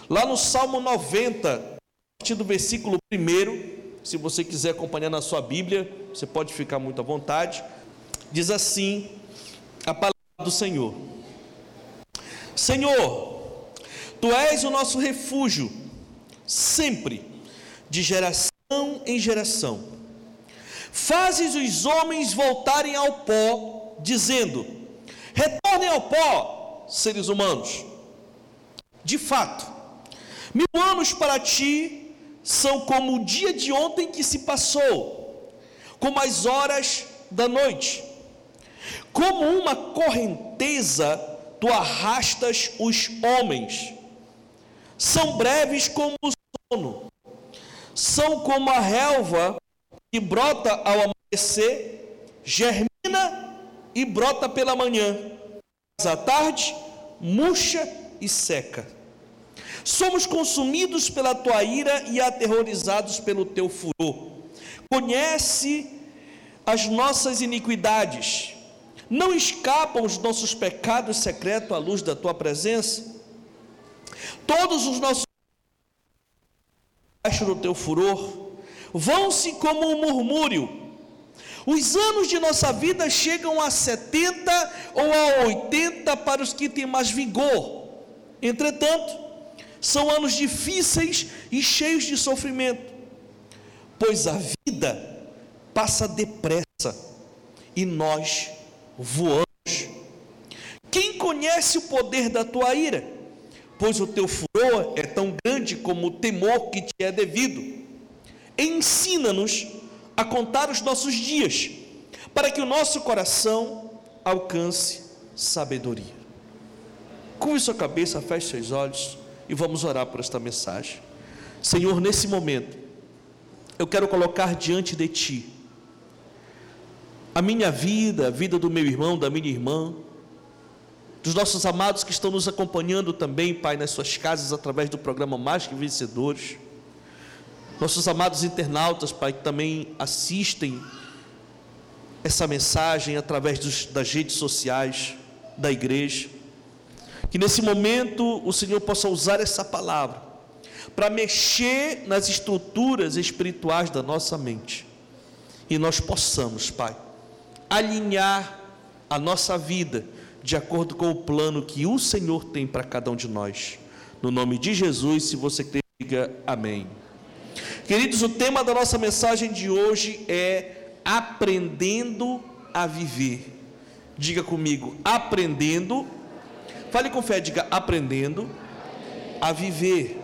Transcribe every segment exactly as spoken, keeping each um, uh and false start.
lá no Salmo noventa, a partir do versículo primeiro, se você quiser acompanhar na sua Bíblia, você pode ficar muito à vontade. Diz assim a palavra do Senhor: Senhor, Tu és o nosso refúgio, sempre, de geração em geração. Fazes os homens voltarem ao pó, dizendo: retornem ao pó, seres humanos. De fato, mil anos para ti são como o dia de ontem que se passou, como as horas da noite. Como uma correnteza, tu arrastas os homens. São breves como o sono, são como a relva que brota ao amanhecer, germina e brota pela manhã, mas à tarde murcha e seca. Somos consumidos pela tua ira e aterrorizados pelo teu furor. Conhece as nossas iniquidades, não escapam os nossos pecados secretos à luz da tua presença. Todos os nossos debaixo do teu furor vão-se como um murmúrio. Os anos de nossa vida chegam a setenta ou a oitenta para os que têm mais vigor. Entretanto, são anos difíceis e cheios de sofrimento, pois a vida passa depressa e nós voamos. Quem conhece o poder da tua ira? Pois o teu furor é tão grande como o temor que te é devido. Ensina-nos a contar os nossos dias, para que o nosso coração alcance sabedoria. Curve sua cabeça, feche seus olhos e vamos orar por esta mensagem. Senhor, nesse momento, eu quero colocar diante de Ti a minha vida, a vida do meu irmão, da minha irmã, dos nossos amados que estão nos acompanhando também, Pai, nas suas casas, através do programa Mais Que Vencedores, nossos amados internautas, Pai, que também assistem essa mensagem através dos, das redes sociais da igreja. Que nesse momento o Senhor possa usar essa palavra para mexer nas estruturas espirituais da nossa mente, e nós possamos, Pai, alinhar a nossa vida de acordo com o plano que o Senhor tem para cada um de nós. No nome de Jesus, se você crê, diga amém. Queridos, o tema da nossa mensagem de hoje é aprendendo a viver. Diga comigo, aprendendo. Fale com fé, diga aprendendo a viver.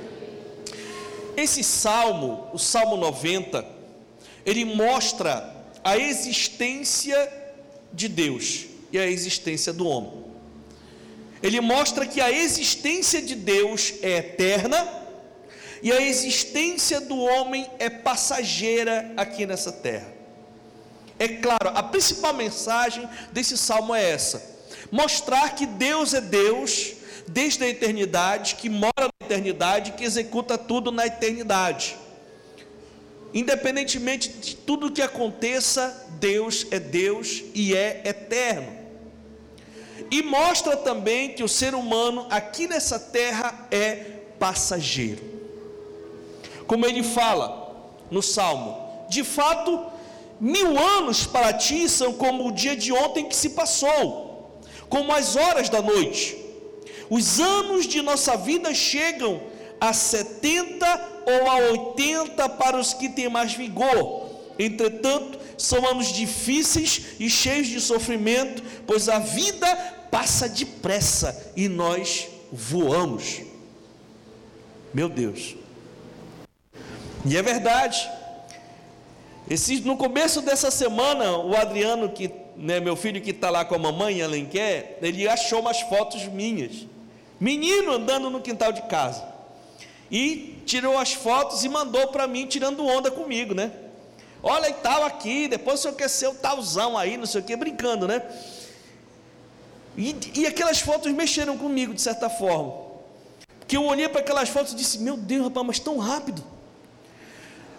Esse salmo, o Salmo noventa, ele mostra a existência de Deus e a existência do homem. Ele mostra que a existência de Deus é eterna e a existência do homem é passageira aqui nessa terra. É claro, a principal mensagem desse salmo é essa: mostrar que Deus é Deus desde a eternidade, que mora na eternidade, que executa tudo na eternidade. Independentemente de tudo que aconteça, Deus é Deus e é eterno. E mostra também que o ser humano aqui nessa terra é passageiro. Como ele fala no Salmo: de fato, mil anos para ti são como o dia de ontem que se passou, como as horas da noite. Os anos de nossa vida chegam a setenta ou a oitenta para os que têm mais vigor. Entretanto, são anos difíceis e cheios de sofrimento, pois a vida passa depressa e nós voamos. Meu Deus. E é verdade. Esse, no começo dessa semana, o Adriano, que, né, meu filho que está lá com a mamãe em Alenquer, ele achou umas fotos minhas, menino andando no quintal de casa, e tirou as fotos e mandou para mim, tirando onda comigo, né? Olha e tal aqui, depois o senhor quer ser o talzão aí, não sei o que, brincando, né? E, e aquelas fotos mexeram comigo de certa forma, que eu olhei para aquelas fotos e disse: meu Deus, rapaz, mas tão rápido.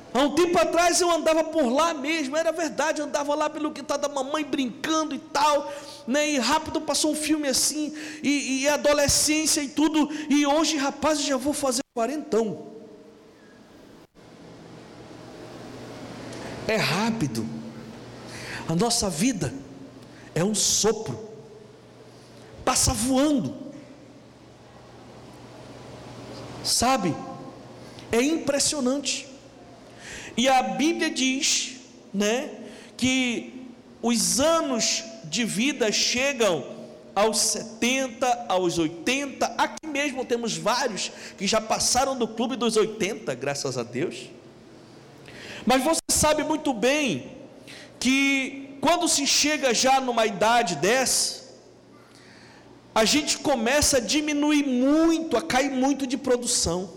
Há um tempo atrás eu andava por lá mesmo, era verdade, eu andava lá pelo quintal da mamãe brincando e tal, né? E rápido passou um filme assim, e, e adolescência e tudo, e hoje, rapaz, eu já vou fazer quarentão. É rápido. A nossa vida é um sopro, passa voando, sabe? É impressionante. E a Bíblia diz, né, que os anos de vida chegam aos setenta, aos oitenta. Aqui mesmo temos vários que já passaram do clube dos oitenta, graças a Deus. Mas você sabe muito bem que quando se chega já numa idade dessa, a gente começa a diminuir muito, a cair muito de produção.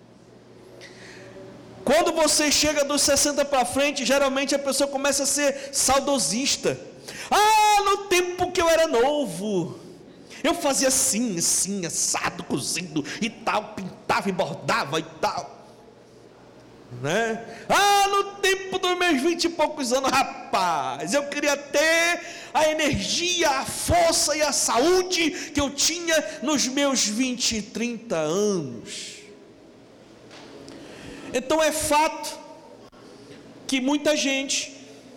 Quando você chega dos sessenta para frente, geralmente a pessoa começa a ser saudosista. Ah, no tempo que eu era novo, eu fazia assim, assim, assado, cozido e tal, pintava e bordava e tal, né? Ah, no tempo dos meus vinte e poucos anos, rapaz, eu queria ter a energia, a força e a saúde que eu tinha nos meus vinte e trinta anos. Então é fato que muita gente,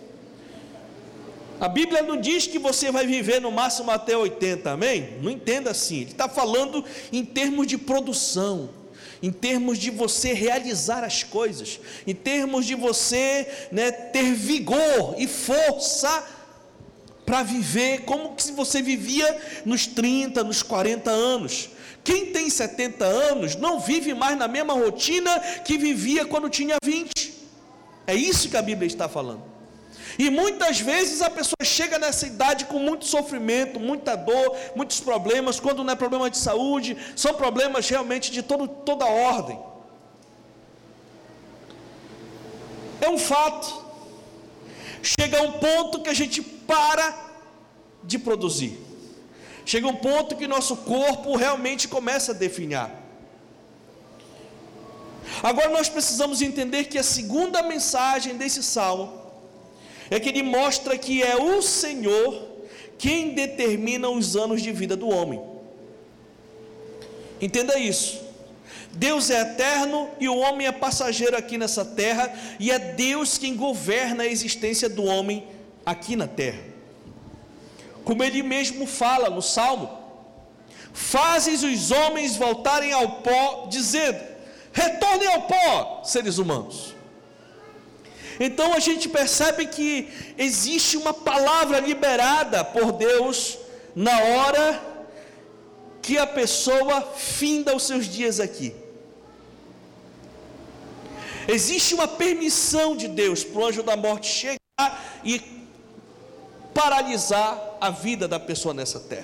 a Bíblia não diz que você vai viver no máximo até oitenta, amém? Não entenda assim, ele está falando em termos de produção, em termos de você realizar as coisas, em termos de você, né, ter vigor e força para viver como se você vivia nos trinta, nos quarenta anos. Quem tem setenta anos não vive mais na mesma rotina que vivia quando tinha vinte. É isso que a Bíblia está falando. E muitas vezes a pessoa chega nessa idade com muito sofrimento, muita dor, muitos problemas. Quando não é problema de saúde, são problemas realmente de todo, toda ordem. É um fato. Chega a um ponto que a gente para de produzir. Chega um ponto que nosso corpo realmente começa a definhar. Agora nós precisamos entender que a segunda mensagem desse salmo é que ele mostra que é o Senhor quem determina os anos de vida do homem. Entenda isso. Deus é eterno e o homem é passageiro aqui nessa terra, e é Deus quem governa a existência do homem aqui na terra. Como ele mesmo fala no Salmo: fazes os homens voltarem ao pó, dizendo, retornem ao pó, seres humanos. Então a gente percebe que existe uma palavra liberada por Deus na hora que a pessoa finda os seus dias aqui. Existe uma permissão de Deus para o anjo da morte chegar e paralisar a vida da pessoa nessa terra.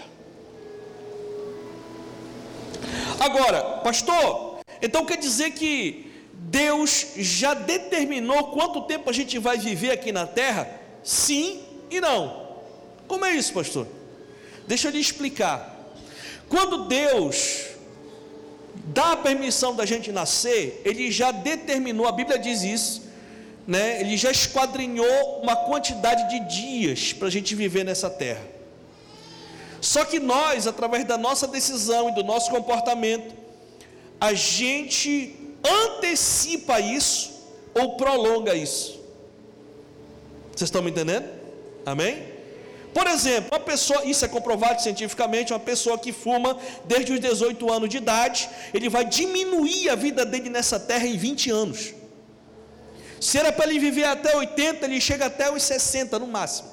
Agora, pastor, então quer dizer que Deus já determinou quanto tempo a gente vai viver aqui na terra? Sim e não. Como é isso, pastor? Deixa eu lhe explicar. Quando Deus dá a permissão da gente nascer, Ele já determinou, a Bíblia diz isso, né? Ele já esquadrinhou uma quantidade de dias para a gente viver nessa terra. Só que nós, através da nossa decisão e do nosso comportamento, a gente antecipa isso ou prolonga isso. Vocês estão me entendendo? Amém? Por exemplo, uma pessoa, isso é comprovado cientificamente, uma pessoa que fuma desde os dezoito anos de idade, ele vai diminuir a vida dele nessa terra em vinte anos. Se era para ele viver até oitenta, ele chega até os sessenta no máximo.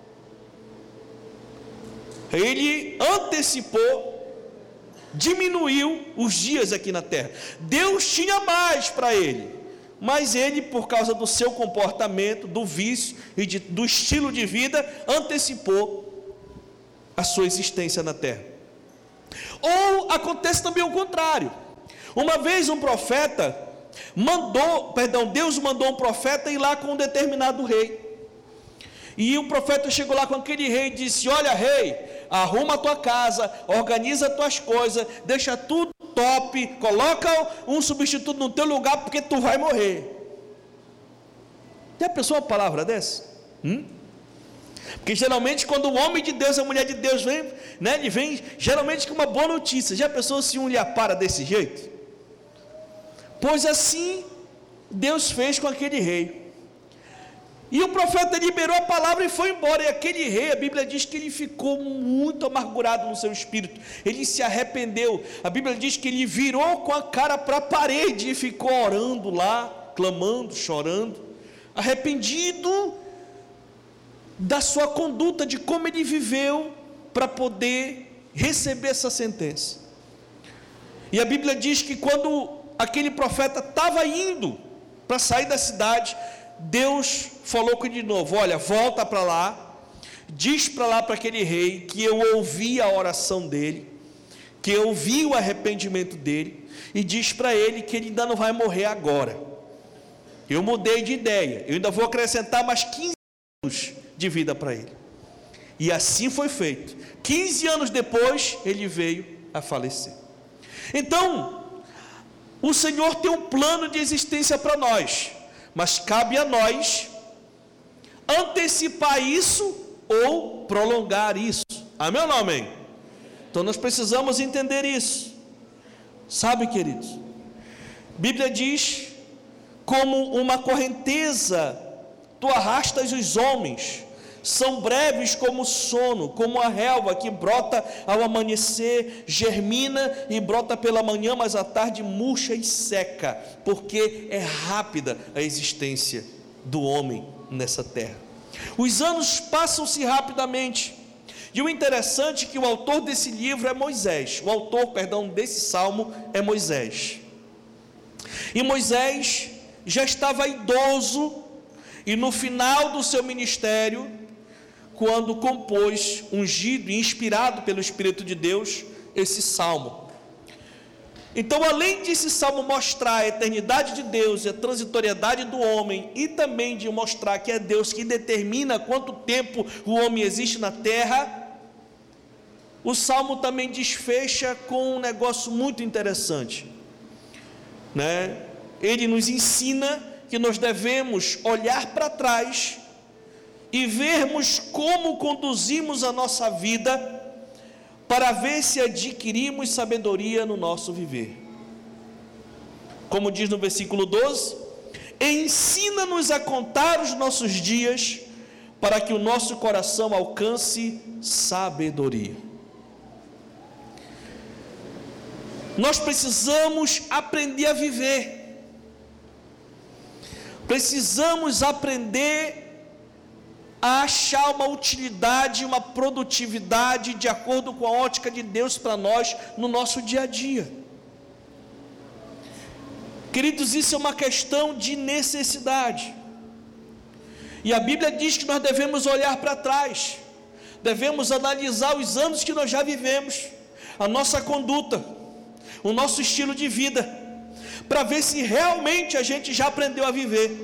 Ele antecipou, diminuiu os dias aqui na terra. Deus tinha mais para ele, mas ele, por causa do seu comportamento, do vício e de, do estilo de vida, antecipou a sua existência na terra. Ou acontece também o contrário. Uma vez um profeta mandou, perdão, Deus mandou um profeta ir lá com um determinado rei. E o profeta chegou lá com aquele rei e disse: olha, rei, arruma a tua casa, organiza as tuas coisas, deixa tudo top, coloca um substituto no teu lugar, porque tu vai morrer. Já pensou uma palavra dessa? Hum? Porque geralmente quando o homem de Deus, a mulher de Deus vem, né, ele vem geralmente com uma boa notícia. Já pensou se um lhe apara desse jeito? Pois assim Deus fez com aquele rei. E o profeta liberou a palavra e foi embora. E aquele rei, a Bíblia diz que ele ficou muito amargurado no seu espírito. Ele se arrependeu. A Bíblia diz que ele virou com a cara para a parede e ficou orando lá, clamando, chorando, arrependido da sua conduta, de como ele viveu para poder receber essa sentença. E a Bíblia diz que quando aquele profeta estava indo para sair da cidade, Deus falou com ele de novo: olha, volta para lá, diz para lá para aquele rei que eu ouvi a oração dele, que eu ouvi o arrependimento dele, e diz para ele que ele ainda não vai morrer agora. Eu mudei de ideia, eu ainda vou acrescentar mais quinze anos de vida para ele. E assim foi feito. quinze anos depois ele veio a falecer. Então o Senhor tem um plano de existência para nós, mas cabe a nós antecipar isso ou prolongar isso. Amém ou não amém? Então nós precisamos entender isso. Sabe, queridos, a Bíblia diz: como uma correnteza tu arrastas os homens, são breves como o sono, como a relva que brota ao amanhecer, germina e brota pela manhã, mas à tarde murcha e seca, porque é rápida a existência do homem nessa terra. Os anos passam-se rapidamente, e o interessante é que o autor desse livro é Moisés, o autor, perdão, desse salmo é Moisés, e Moisés já estava idoso, e no final do seu ministério, quando compôs, ungido e inspirado pelo Espírito de Deus, esse salmo. Então, além desse salmo mostrar a eternidade de Deus e a transitoriedade do homem, e também de mostrar que é Deus que determina quanto tempo o homem existe na terra, o salmo também desfecha com um negócio muito interessante, né? Ele nos ensina que nós devemos olhar para trás e vermos como conduzimos a nossa vida, para ver se adquirimos sabedoria no nosso viver. Como diz no versículo doze: ensina-nos a contar os nossos dias, para que o nosso coração alcance sabedoria. Nós precisamos aprender a viver, precisamos aprender a achar uma utilidade, uma produtividade de acordo com a ótica de Deus para nós no nosso dia a dia. Queridos, isso é uma questão de necessidade, e a Bíblia diz que nós devemos olhar para trás, devemos analisar os anos que nós já vivemos, a nossa conduta, o nosso estilo de vida, para ver se realmente a gente já aprendeu a viver.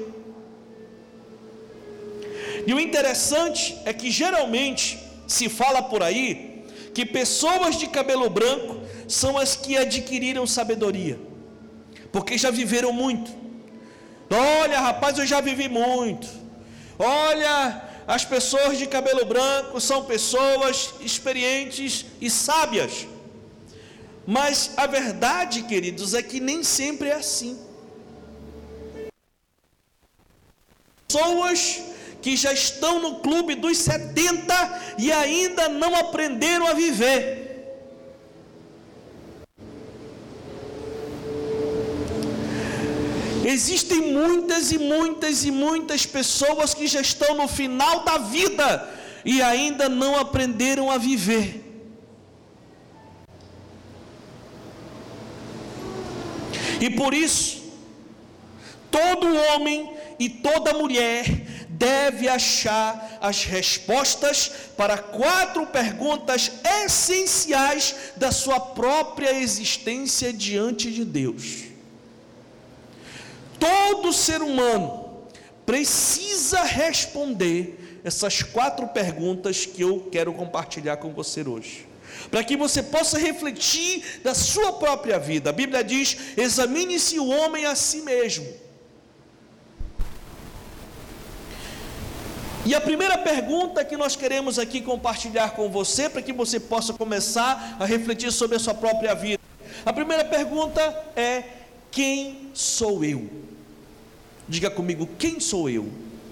E o interessante é que geralmente se fala por aí que pessoas de cabelo branco são as que adquiriram sabedoria, porque já viveram muito. Olha, rapaz, eu já vivi muito. Olha, as pessoas de cabelo branco são pessoas experientes e sábias. Mas a verdade, queridos, é que nem sempre é assim. Pessoas que já estão no clube dos setenta e ainda não aprenderam a viver. Existem muitas e muitas e muitas pessoas que já estão no final da vida e ainda não aprenderam a viver. E por isso, todo homem e toda mulher deve achar as respostas para quatro perguntas essenciais da sua própria existência diante de Deus. Todo ser humano precisa responder essas quatro perguntas que eu quero compartilhar com você hoje, para que você possa refletir da sua própria vida. A Bíblia diz: examine-se o homem a si mesmo. E a primeira pergunta que nós queremos aqui compartilhar com você, para que você possa começar a refletir sobre a sua própria vida. A primeira pergunta é: quem sou eu? Diga comigo, quem sou eu?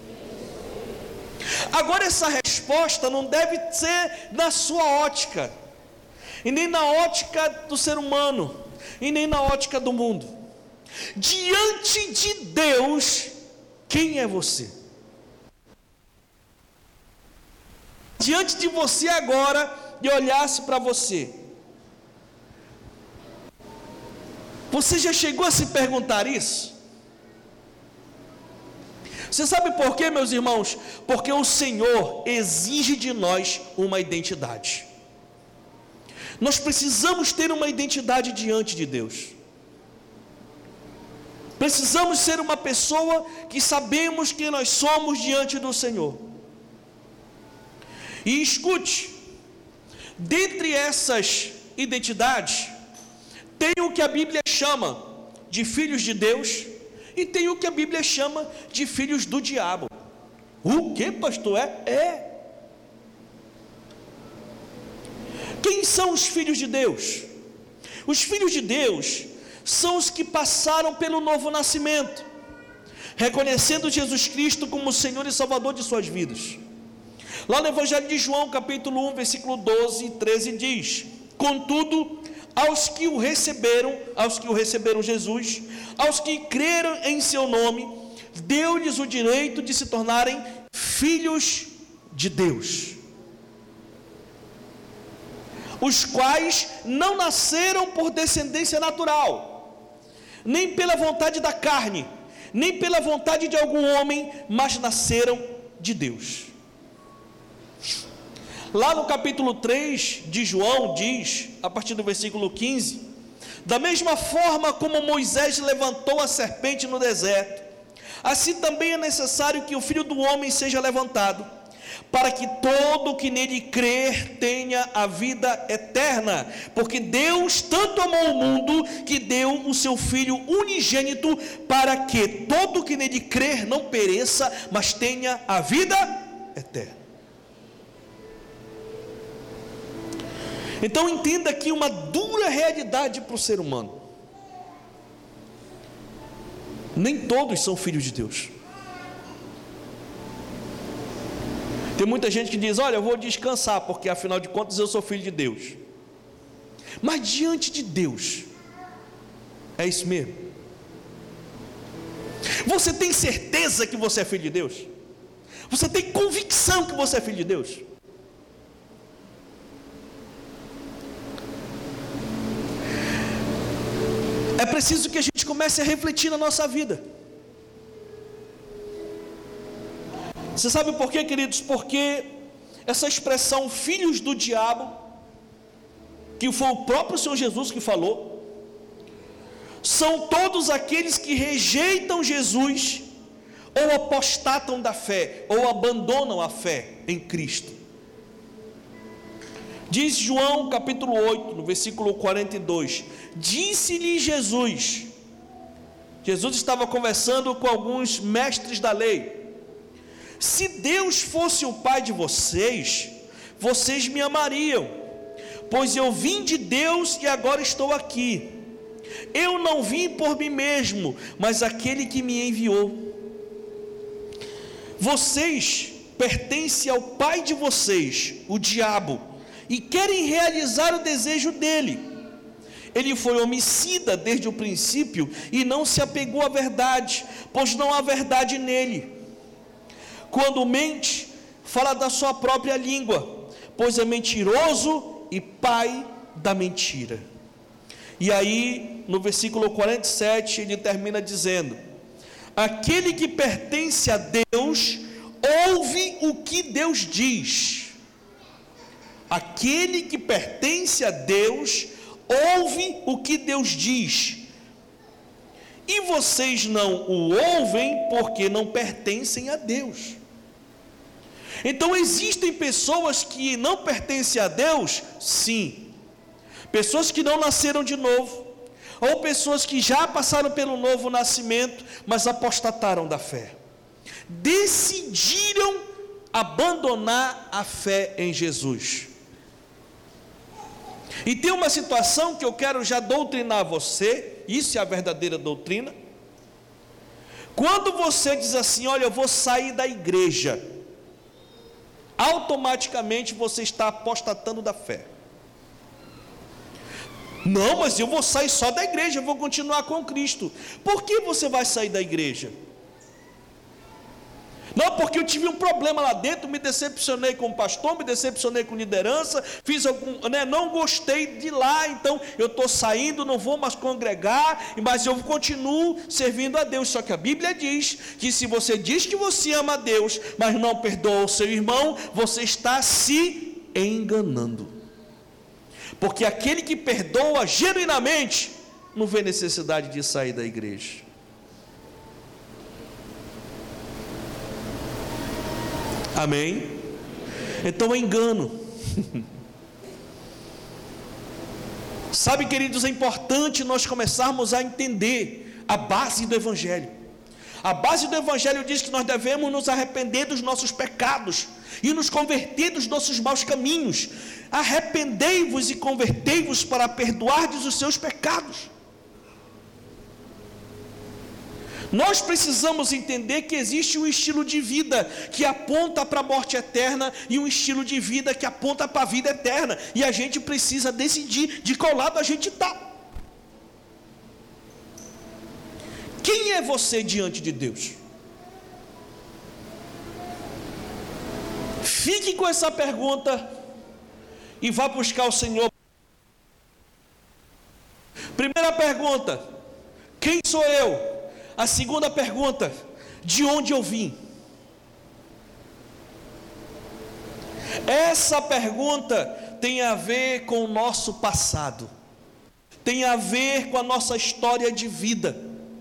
Agora, essa resposta não deve ser na sua ótica, e nem na ótica do ser humano, e nem na ótica do mundo. Diante de Deus, quem é você? Diante de você agora, e olhasse para você, você já chegou a se perguntar isso? Você sabe por quê, meus irmãos? Porque o Senhor exige de nós uma identidade. Nós precisamos ter uma identidade diante de Deus. Precisamos ser uma pessoa que sabemos quem nós somos diante do Senhor. E escute, dentre essas identidades, tem o que a Bíblia chama de filhos de Deus, e tem o que a Bíblia chama de filhos do diabo. O que, pastor? É? É. Quem são os filhos de Deus? Os filhos de Deus são os que passaram pelo novo nascimento, reconhecendo Jesus Cristo como Senhor e Salvador de suas vidas. Lá no Evangelho de João, capítulo um, versículo doze e treze, diz: contudo, aos que o receberam, aos que o receberam Jesus, aos que creram em seu nome, deu-lhes o direito de se tornarem filhos de Deus, os quais não nasceram por descendência natural, nem pela vontade da carne, nem pela vontade de algum homem, mas nasceram de Deus. Lá no capítulo três de João diz, a partir do versículo quinze: da mesma forma como Moisés levantou a serpente no deserto, assim também é necessário que o Filho do Homem seja levantado, para que todo que nele crer tenha a vida eterna, porque Deus tanto amou o mundo, que deu o seu Filho unigênito, para que todo que nele crer não pereça, mas tenha a vida eterna. Então entenda aqui uma dura realidade para o ser humano: nem todos são filhos de Deus. Tem muita gente que diz: olha, eu vou descansar, porque afinal de contas eu sou filho de Deus. Mas diante de Deus, é isso mesmo? Você tem certeza que você é filho de Deus? Você tem convicção que você é filho de Deus? É preciso que a gente comece a refletir na nossa vida. Você sabe por quê, queridos? Porque essa expressão filhos do diabo, que foi o próprio Senhor Jesus que falou, são todos aqueles que rejeitam Jesus, ou apostatam da fé, ou abandonam a fé em Cristo. Diz João capítulo oito, no versículo quarenta e dois: disse-lhe Jesus, Jesus estava conversando com alguns mestres da lei: se Deus fosse o Pai de vocês, vocês me amariam, pois eu vim de Deus e agora estou aqui. Eu não vim por mim mesmo, mas aquele que me enviou. Vocês pertencem ao pai de vocês, o diabo, e querem realizar o desejo dele. Ele foi homicida desde o princípio e não se apegou à verdade, pois não há verdade nele. Quando mente, fala da sua própria língua, pois é mentiroso e pai da mentira. E aí, no versículo quarenta e sete, ele termina dizendo: aquele que pertence a Deus, ouve o que Deus diz. Aquele que pertence a Deus, ouve o que Deus diz. E vocês não o ouvem porque não pertencem a Deus. Então existem pessoas que não pertencem a Deus, sim. Pessoas que não nasceram de novo, ou pessoas que já passaram pelo novo nascimento, mas apostataram da fé. Decidiram abandonar a fé em Jesus. E tem uma situação que eu quero já doutrinar você, isso é a verdadeira doutrina. Quando você diz assim, olha, eu vou sair da igreja, automaticamente você está apostatando da fé. Não, mas eu vou sair só da igreja, eu vou continuar com Cristo. Por que você vai sair da igreja? Não, porque eu tive um problema lá dentro, me decepcionei com o pastor, me decepcionei com liderança, fiz algum, né, não gostei de lá, então eu estou saindo, não vou mais congregar, mas eu continuo servindo a Deus. Só que a Bíblia diz que se você diz que você ama a Deus, mas não perdoa o seu irmão, você está se enganando. Porque aquele que perdoa genuinamente, não vê necessidade de sair da igreja. Amém? Então é engano. Sabe, queridos, é importante nós começarmos a entender a base do Evangelho. A base do Evangelho diz que nós devemos nos arrepender dos nossos pecados e nos converter dos nossos maus caminhos. Arrependei-vos e convertei-vos para perdoardes os seus pecados. Nós precisamos entender que existe um estilo de vida que aponta para a morte eterna e um estilo de vida que aponta para a vida eterna, e a gente precisa decidir de qual lado a gente está. Quem é você diante de Deus? Fique com essa pergunta e vá buscar o Senhor. Primeira pergunta: quem sou eu? A segunda pergunta: de onde eu vim? Essa pergunta tem a ver com o nosso passado, tem a ver com a nossa história de vida.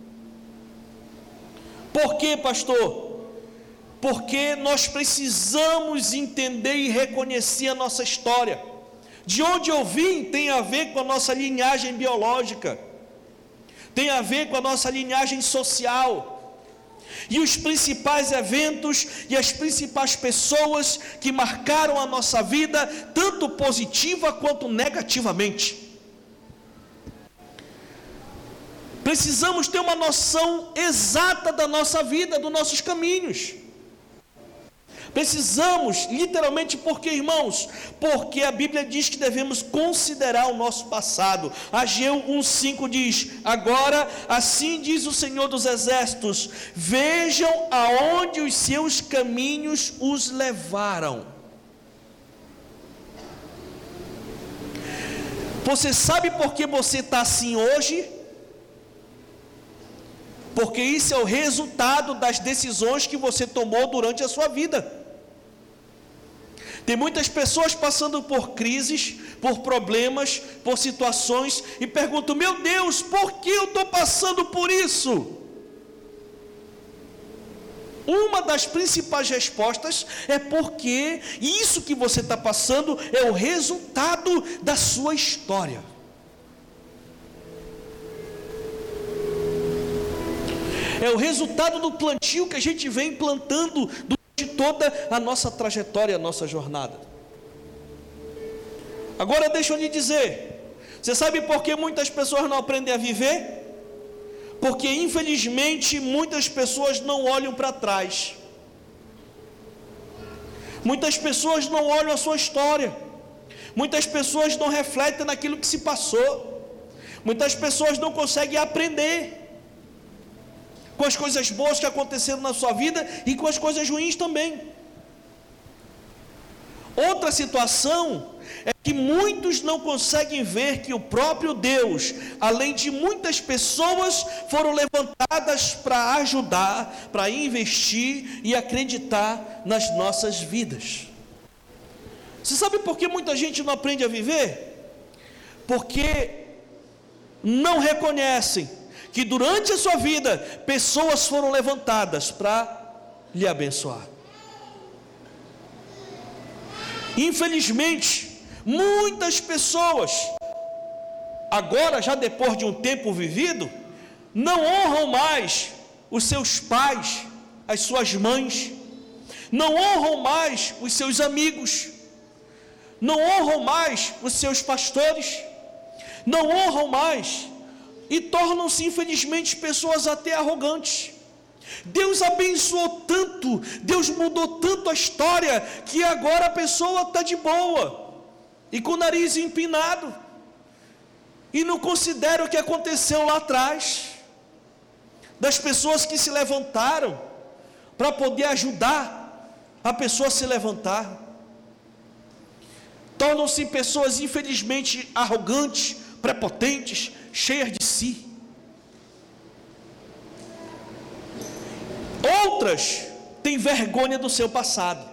Por quê, pastor? Porque nós precisamos entender e reconhecer a nossa história. De onde eu vim tem a ver com a nossa linhagem biológica, tem a ver com a nossa linhagem social, e os principais eventos e as principais pessoas que marcaram a nossa vida, tanto positiva quanto negativamente. Precisamos ter uma noção exata da nossa vida, dos nossos caminhos. Precisamos, literalmente, porque, irmãos, porque a Bíblia diz que devemos considerar o nosso passado. Ageu um cinco diz: agora, assim diz o Senhor dos Exércitos, vejam aonde os seus caminhos os levaram. Você sabe por que você está assim hoje? Porque isso é o resultado das decisões que você tomou durante a sua vida. Tem muitas pessoas passando por crises, por problemas, por situações, e perguntam: meu Deus, por que eu estou passando por isso? Uma das principais respostas é porque isso que você está passando é o resultado da sua história. É o resultado do plantio que a gente vem plantando durante toda a nossa trajetória, a nossa jornada. Agora deixa eu lhe dizer, você sabe por que muitas pessoas não aprendem a viver? Porque infelizmente muitas pessoas não olham para trás. Muitas pessoas não olham a sua história. Muitas pessoas não refletem naquilo que se passou. Muitas pessoas não conseguem aprender com as coisas boas que aconteceram na sua vida e com as coisas ruins também. Outra situação é que muitos não conseguem ver que o próprio Deus, além de muitas pessoas, foram levantadas para ajudar, para investir e acreditar nas nossas vidas. Você sabe por que muita gente não aprende a viver? Porque não reconhecem que durante a sua vida, pessoas foram levantadas para lhe abençoar. Infelizmente, muitas pessoas, agora já depois de um tempo vivido, não honram mais os seus pais, as suas mães, não honram mais os seus amigos, não honram mais os seus pastores, não honram mais e tornam-se infelizmente pessoas até arrogantes. Deus abençoou tanto, Deus mudou tanto a história, que agora a pessoa está de boa e com o nariz empinado e não considera o que aconteceu lá atrás, das pessoas que se levantaram para poder ajudar a pessoa a se levantar. Tornam-se pessoas infelizmente arrogantes, prepotentes, cheias de si. Outras têm vergonha do seu passado.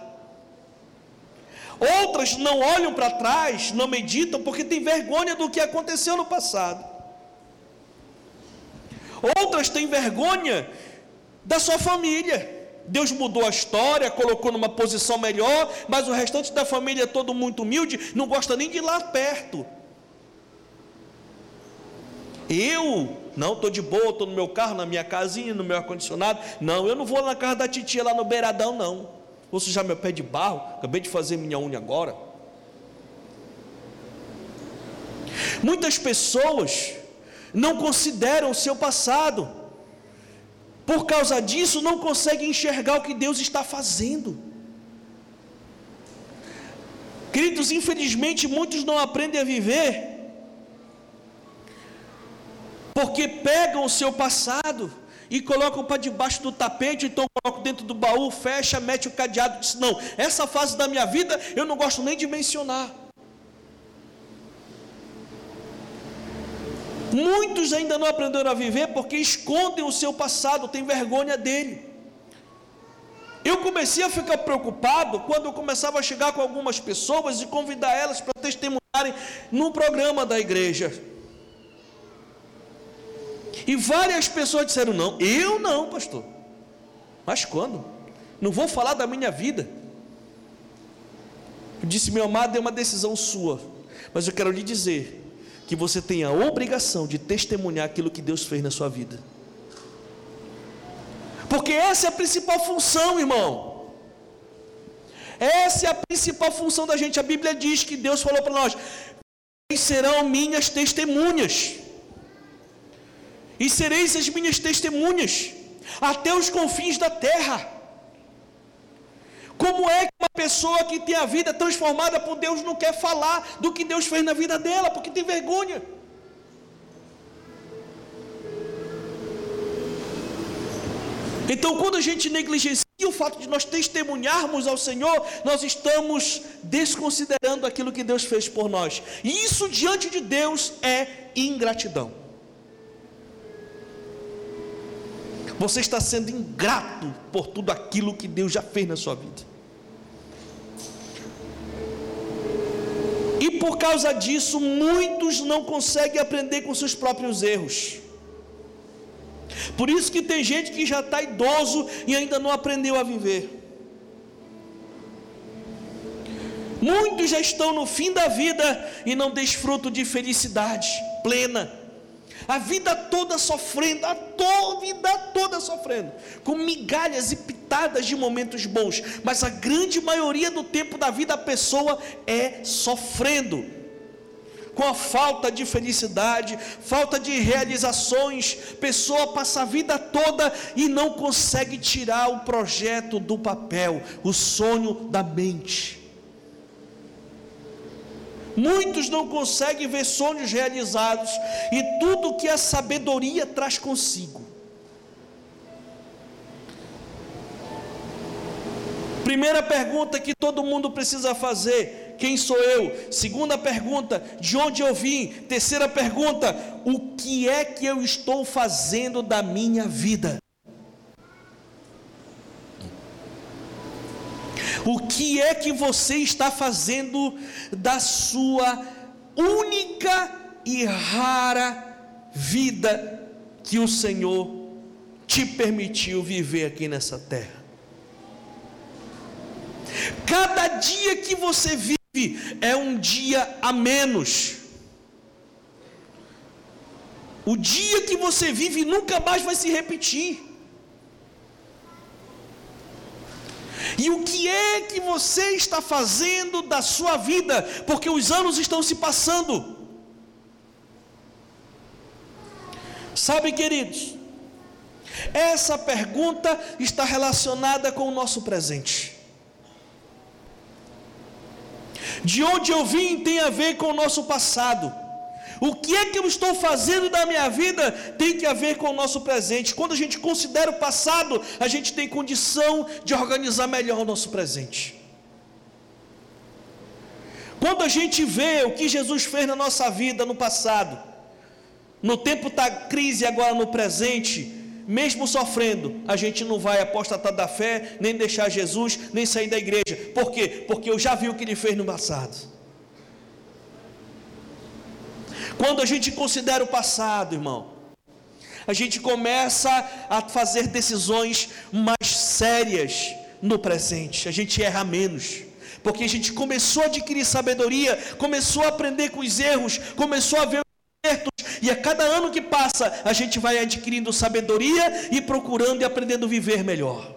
Outras não olham para trás, não meditam, porque têm vergonha do que aconteceu no passado. Outras têm vergonha da sua família. Deus mudou a história, colocou numa posição melhor, mas o restante da família é todo muito humilde, não gosta nem de ir lá perto. Eu, não, estou de boa, estou no meu carro, na minha casinha, no meu ar-condicionado. Não, eu não vou na casa da titia lá no beiradão, não. Vou sujar meu pé de barro, acabei de fazer minha unha agora. Muitas pessoas não consideram o seu passado. Por causa disso, não conseguem enxergar o que Deus está fazendo. Queridos, infelizmente, muitos não aprendem a viver, porque pegam o seu passado e colocam para debaixo do tapete, então colocam dentro do baú, fecha, mete o cadeado e diz: não, essa fase da minha vida eu não gosto nem de mencionar. Muitos ainda não aprenderam a viver porque escondem o seu passado, têm vergonha dele. Eu comecei a ficar preocupado quando eu começava a chegar com algumas pessoas e convidar elas para testemunharem no programa da igreja. E várias pessoas disseram: não, eu não, pastor. Mas quando? Não vou falar da minha vida. Eu disse: meu amado, é uma decisão sua, mas eu quero lhe dizer que você tem a obrigação de testemunhar aquilo que Deus fez na sua vida, porque essa é a principal função, irmão. Essa é a principal função da gente. A Bíblia diz que Deus falou para nós: vocês serão minhas testemunhas, e sereis as minhas testemunhas até os confins da terra. Como é que uma pessoa que tem a vida transformada por Deus não quer falar do que Deus fez na vida dela, porque tem vergonha? Então, quando a gente negligencia o fato de nós testemunharmos ao Senhor, nós estamos desconsiderando aquilo que Deus fez por nós, e isso diante de Deus é ingratidão. Você está sendo ingrato por tudo aquilo que Deus já fez na sua vida. E por causa disso, muitos não conseguem aprender com seus próprios erros. Por isso que tem gente que já está idoso e ainda não aprendeu a viver. Muitos já estão no fim da vida e não desfrutam de felicidade plena. A vida toda sofrendo, a to- vida toda sofrendo, com migalhas e pitadas de momentos bons, mas a grande maioria do tempo da vida a pessoa é sofrendo, com a falta de felicidade, falta de realizações. Pessoa passa a vida toda e não consegue tirar o projeto do papel, o sonho da mente. Muitos não conseguem ver sonhos realizados e tudo que a sabedoria traz consigo. Primeira pergunta que todo mundo precisa fazer: quem sou eu? Segunda pergunta: de onde eu vim? Terceira pergunta: o que é que eu estou fazendo da minha vida? O que é que você está fazendo da sua única e rara vida que o Senhor te permitiu viver aqui nessa terra? Cada dia que você vive é um dia a menos. O dia que você vive nunca mais vai se repetir. E o que é que você está fazendo da sua vida? Porque os anos estão se passando. Sabe, queridos, essa pergunta está relacionada com o nosso presente. De onde eu vim tem a ver com o nosso passado. O que é que eu estou fazendo da minha vida tem que a ver com o nosso presente. Quando a gente considera o passado, a gente tem condição de organizar melhor o nosso presente. Quando a gente vê o que Jesus fez na nossa vida no passado, no tempo da crise, agora no presente, mesmo sofrendo, a gente não vai apostatar da fé, nem deixar Jesus, nem sair da igreja. Por quê? Porque eu já vi o que ele fez no passado. Quando a gente considera o passado, irmão, a gente começa a fazer decisões mais sérias no presente. A gente erra menos, porque a gente começou a adquirir sabedoria, começou a aprender com os erros, começou a ver os acertos, e a cada ano que passa, a gente vai adquirindo sabedoria e procurando e aprendendo a viver melhor.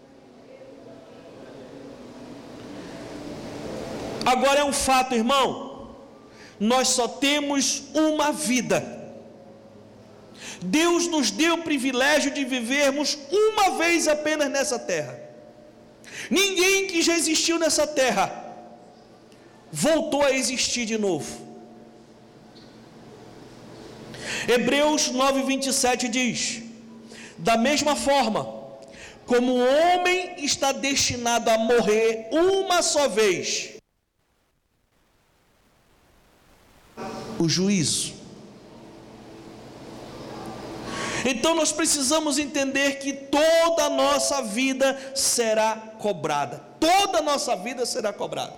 Agora é um fato, irmão, nós só temos uma vida. Deus nos deu o privilégio de vivermos uma vez apenas nessa terra. Ninguém que já existiu nessa terra voltou a existir de novo. Hebreus nove, vinte e sete diz: da mesma forma como o homem está destinado a morrer uma só vez, o juízo. Então nós precisamos entender que toda a nossa vida será cobrada. Toda a nossa vida será cobrada.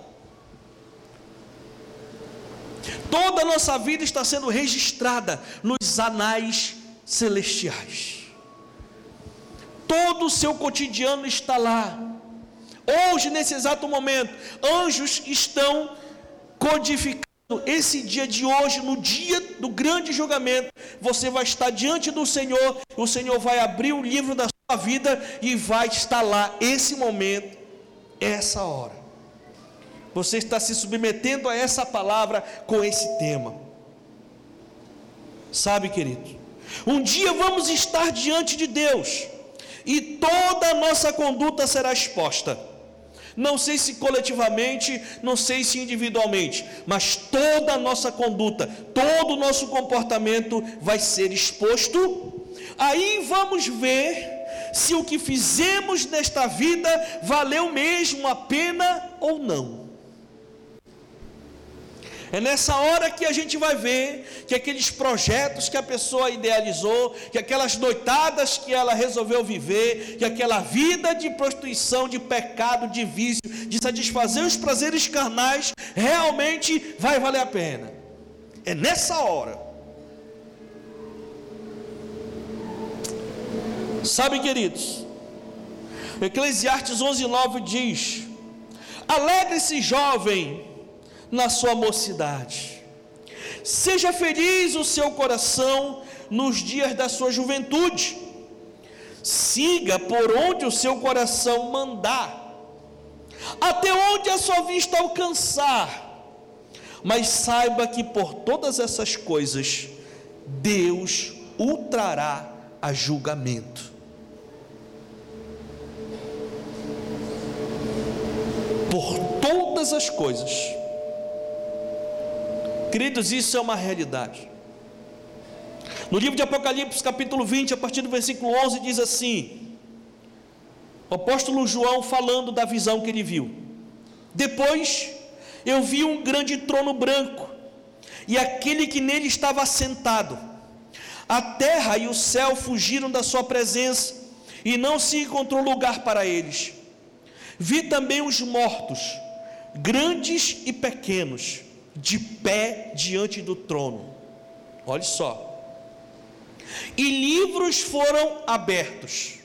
Toda a nossa vida está sendo registrada nos anais celestiais. Todo o seu cotidiano está lá. Hoje, nesse exato momento, anjos estão codificando esse dia de hoje, no dia do grande julgamento. Você vai estar diante do Senhor, o Senhor vai abrir o livro da sua vida e vai estar lá esse momento, essa hora. Você está se submetendo a essa palavra com esse tema. Sabe, querido, um dia vamos estar diante de Deus e toda a nossa conduta será exposta. Não sei se coletivamente, não sei se individualmente, mas toda a nossa conduta, todo o nosso comportamento vai ser exposto. Aí vamos ver se o que fizemos nesta vida valeu mesmo a pena ou não. É nessa hora que a gente vai ver que aqueles projetos que a pessoa idealizou, que aquelas noitadas que ela resolveu viver, que aquela vida de prostituição, de pecado, de vício, de satisfazer os prazeres carnais, realmente vai valer a pena. É nessa hora. Sabe, queridos, Eclesiastes onze, nove diz: alegre-se, jovem, na sua mocidade, seja feliz o seu coração nos dias da sua juventude, siga por onde o seu coração mandar, até onde a sua vista alcançar, mas saiba que por todas essas coisas Deus o trará a julgamento. Por todas as coisas. Queridos, isso é uma realidade. No livro de Apocalipse, capítulo vinte, a partir do versículo onze, diz assim: o apóstolo João falando da visão que ele viu: depois eu vi um grande trono branco, e aquele que nele estava assentado. A terra e o céu fugiram da sua presença, e não se encontrou lugar para eles. Vi também os mortos, grandes e pequenos, de pé diante do trono. Olha só. E livros foram abertos.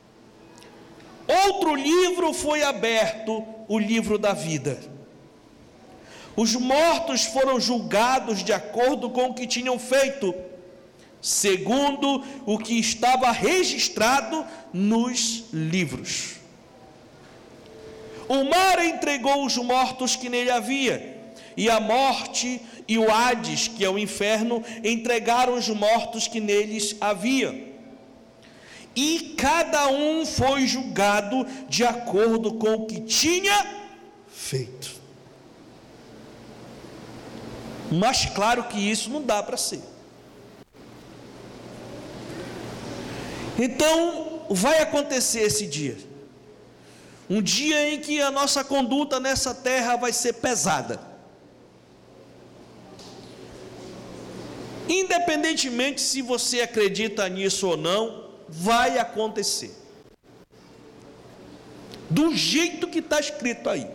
Outro livro foi aberto, o livro da vida. Os mortos foram julgados de acordo com o que tinham feito, segundo o que estava registrado nos livros. O mar entregou os mortos que nele havia, e a morte e o Hades, que é o inferno, entregaram os mortos que neles havia. E cada um foi julgado de acordo com o que tinha feito. Mas claro que isso não dá para ser. Então, vai acontecer esse dia. Um dia em que a nossa conduta nessa terra vai ser pesada. Independentemente se você acredita nisso ou não, vai acontecer. Do jeito que está escrito aí.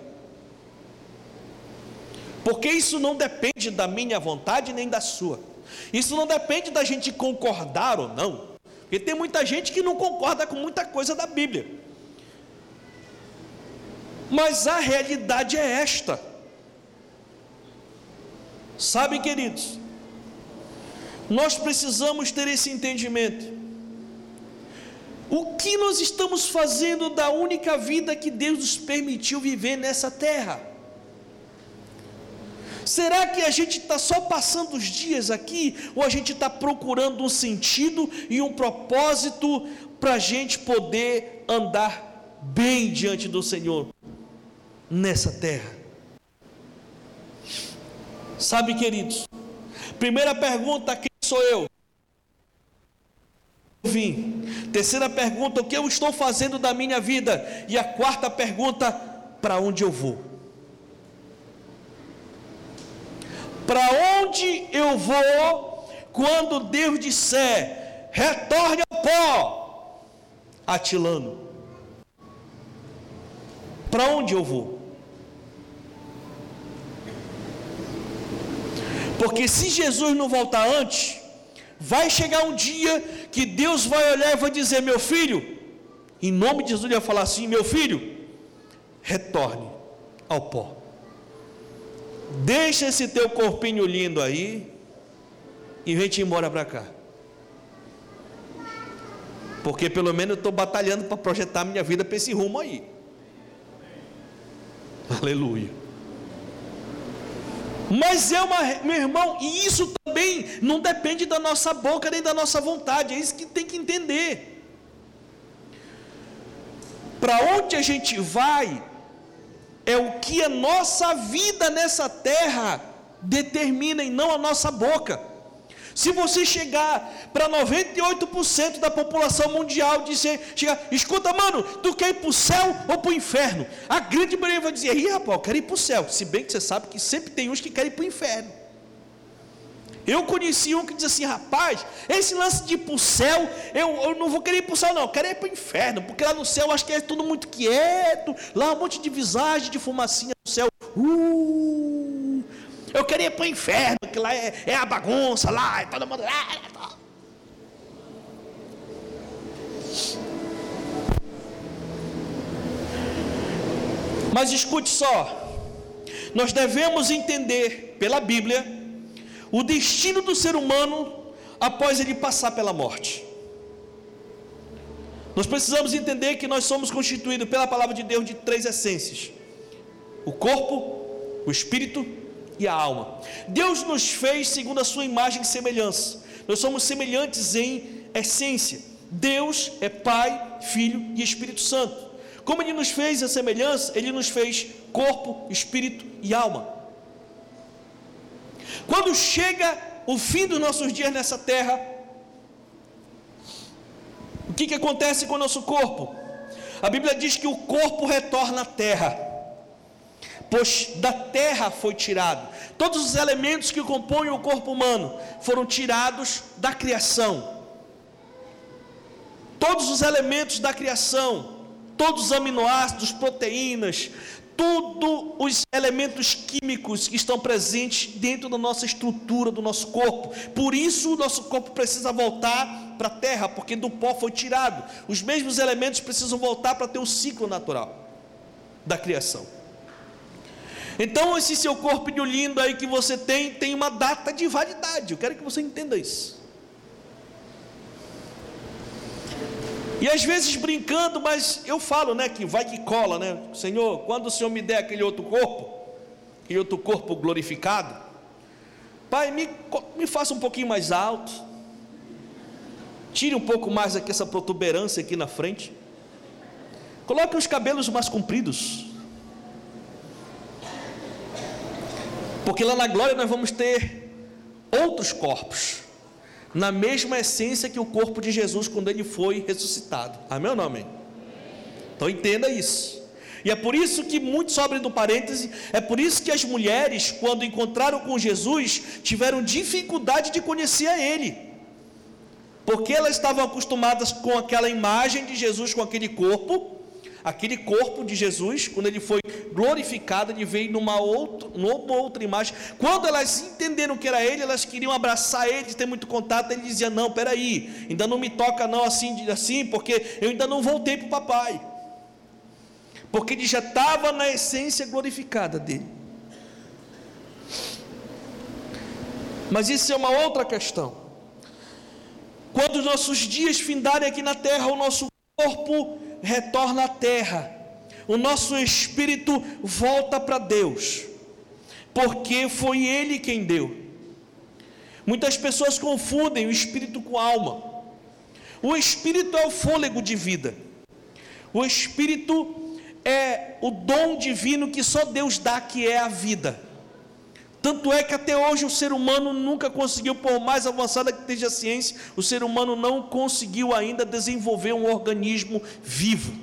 Porque isso não depende da minha vontade nem da sua. Isso não depende da gente concordar ou não. Porque tem muita gente que não concorda com muita coisa da Bíblia. Mas a realidade é esta. Sabe, queridos, nós precisamos ter esse entendimento. O que nós estamos fazendo da única vida que Deus nos permitiu viver nessa terra? Será que a gente está só passando os dias aqui, ou a gente está procurando um sentido e um propósito para a gente poder andar bem diante do Senhor nessa terra? Sabe, queridos, primeira pergunta: quem sou eu? Eu vim. Terceira pergunta: o que eu estou fazendo da minha vida? E a quarta pergunta: para onde eu vou? Para onde eu vou quando Deus disser: retorne ao pó, Atilano? Para onde eu vou? Porque se Jesus não voltar antes, vai chegar um dia que Deus vai olhar e vai dizer: meu filho, em nome de Jesus, ele vai falar assim: meu filho, retorne ao pó. Deixa esse teu corpinho lindo aí e vem-te embora para cá. Porque pelo menos eu estou batalhando para projetar minha vida para esse rumo aí. Aleluia. Mas é uma, meu irmão, e isso também não depende da nossa boca nem da nossa vontade. É isso que tem que entender. Para onde a gente vai é o que a nossa vida nessa terra determina, e não a nossa boca. Se você chegar para noventa e oito por cento da população mundial e dizer, chegar, escuta, mano, tu quer ir para o céu ou para o inferno? A grande maioria vai dizer: ih, rapaz, eu quero ir para o céu. Se bem que você sabe que sempre tem uns que querem ir para o inferno. Eu conheci um que diz assim: rapaz, esse lance de ir para o céu, eu, eu não vou querer ir para o céu não, eu quero ir para o inferno, porque lá no céu eu acho que é tudo muito quieto, lá um monte de visagem, de fumacinha no céu. Uh, eu queria ir para o inferno, que lá é, é a bagunça, lá é todo mundo lá. Mas escute só, nós devemos entender pela Bíblia o destino do ser humano após ele passar pela morte. Nós precisamos entender que nós somos constituídos pela palavra de Deus de três essências: o corpo, o espírito e a alma. Deus nos fez segundo a sua imagem e semelhança. Nós somos semelhantes em essência. Deus é Pai, Filho e Espírito Santo. Como Ele nos fez a semelhança, Ele nos fez corpo, espírito e alma. Quando chega o fim dos nossos dias nessa terra, o que, que acontece com o nosso corpo? A Bíblia diz que o corpo retorna à terra, pois da terra foi tirado. Todos os elementos que compõem o corpo humano foram tirados da criação. Todos os elementos da criação, todos os aminoácidos, proteínas, todos os elementos químicos que estão presentes dentro da nossa estrutura, do nosso corpo. Por isso o nosso corpo precisa voltar para a terra, porque do pó foi tirado. Os mesmos elementos precisam voltar para ter o ciclo natural da criação. Então esse seu corpinho lindo aí que você tem, tem uma data de validade. Eu quero que você entenda isso. E às vezes brincando, mas eu falo, né, que vai que cola, né? Senhor, quando o Senhor me der aquele outro corpo, aquele outro corpo glorificado, Pai, me, me faça um pouquinho mais alto, tire um pouco mais aqui essa protuberância aqui na frente, coloque os cabelos mais compridos, porque lá na glória nós vamos ter outros corpos, na mesma essência que o corpo de Jesus quando ele foi ressuscitado. Amém ou não amém? Então entenda isso. E é por isso que, muito sobre do parêntese, é por isso que as mulheres, quando encontraram com Jesus, tiveram dificuldade de conhecer a ele, porque elas estavam acostumadas com aquela imagem de Jesus, com aquele corpo, aquele corpo de Jesus, quando ele foi glorificado, ele veio numa outra, numa outra imagem. Quando elas entenderam que era ele, elas queriam abraçar ele, ter muito contato. Ele dizia: não, peraí, ainda não me toca não assim, assim, porque eu ainda não voltei para o papai, porque ele já estava na essência glorificada dele. Mas isso é uma outra questão. Quando os nossos dias findarem aqui na terra, o nosso corpo retorna à terra, o nosso espírito volta para Deus, porque foi Ele quem deu. Muitas pessoas confundem o espírito com a alma. O espírito é o fôlego de vida, o espírito é o dom divino que só Deus dá, que é a vida. Tanto é que até hoje o ser humano nunca conseguiu, por mais avançada que esteja a ciência, o ser humano não conseguiu ainda desenvolver um organismo vivo,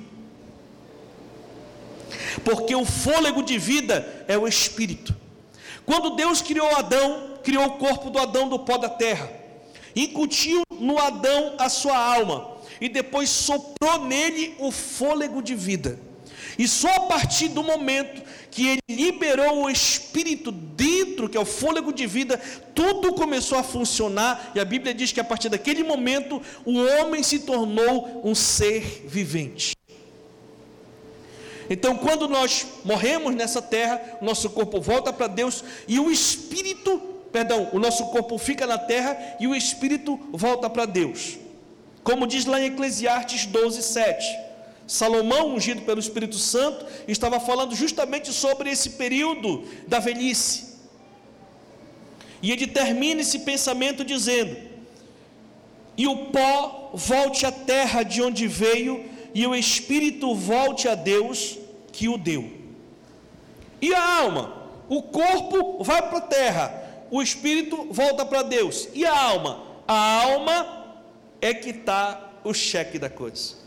porque o fôlego de vida é o espírito. Quando Deus criou Adão, criou o corpo do Adão do pó da terra, incutiu no Adão a sua alma, e depois soprou nele o fôlego de vida. E só a partir do momento que ele liberou o espírito dentro, que é o fôlego de vida, tudo começou a funcionar. E a Bíblia diz que a partir daquele momento o homem se tornou um ser vivente. Então, quando nós morremos nessa terra, o nosso corpo volta para Deus, e o espírito, perdão, o nosso corpo fica na terra e o espírito volta para Deus. Como diz lá em Eclesiastes doze, sete. Salomão, ungido pelo Espírito Santo, estava falando justamente sobre esse período da velhice, e ele termina esse pensamento dizendo: e o pó volte à terra de onde veio, e o espírito volte a Deus que o deu. E a alma? O corpo vai para a terra, o espírito volta para Deus. E a alma? A alma é que está o cheque da coisa.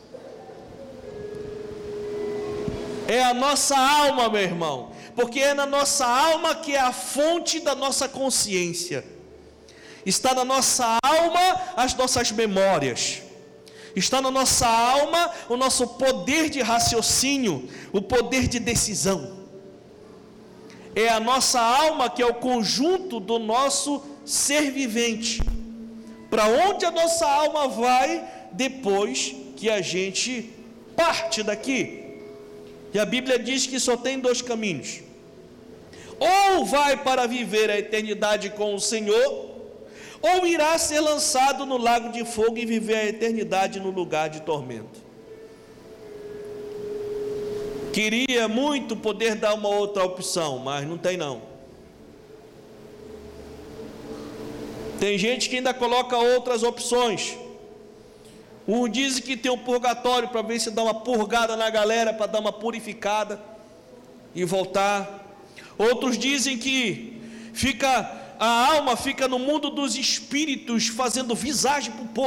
É a nossa alma, meu irmão, porque é na nossa alma que é a fonte da nossa consciência. Está na nossa alma as nossas memórias, está na nossa alma o nosso poder de raciocínio, o poder de decisão. É a nossa alma que é o conjunto do nosso ser vivente. Para onde a nossa alma vai depois que a gente parte daqui? E a Bíblia diz que só tem dois caminhos: ou vai para viver a eternidade com o Senhor, ou irá ser lançado no lago de fogo e viver a eternidade no lugar de tormento. Queria muito poder dar uma outra opção, mas não tem não. Tem gente que ainda coloca outras opções. Um diz que tem um purgatório para ver se dá uma purgada na galera, para dar uma purificada e voltar. Outros dizem que fica, a alma fica no mundo dos espíritos, fazendo visagem para o povo.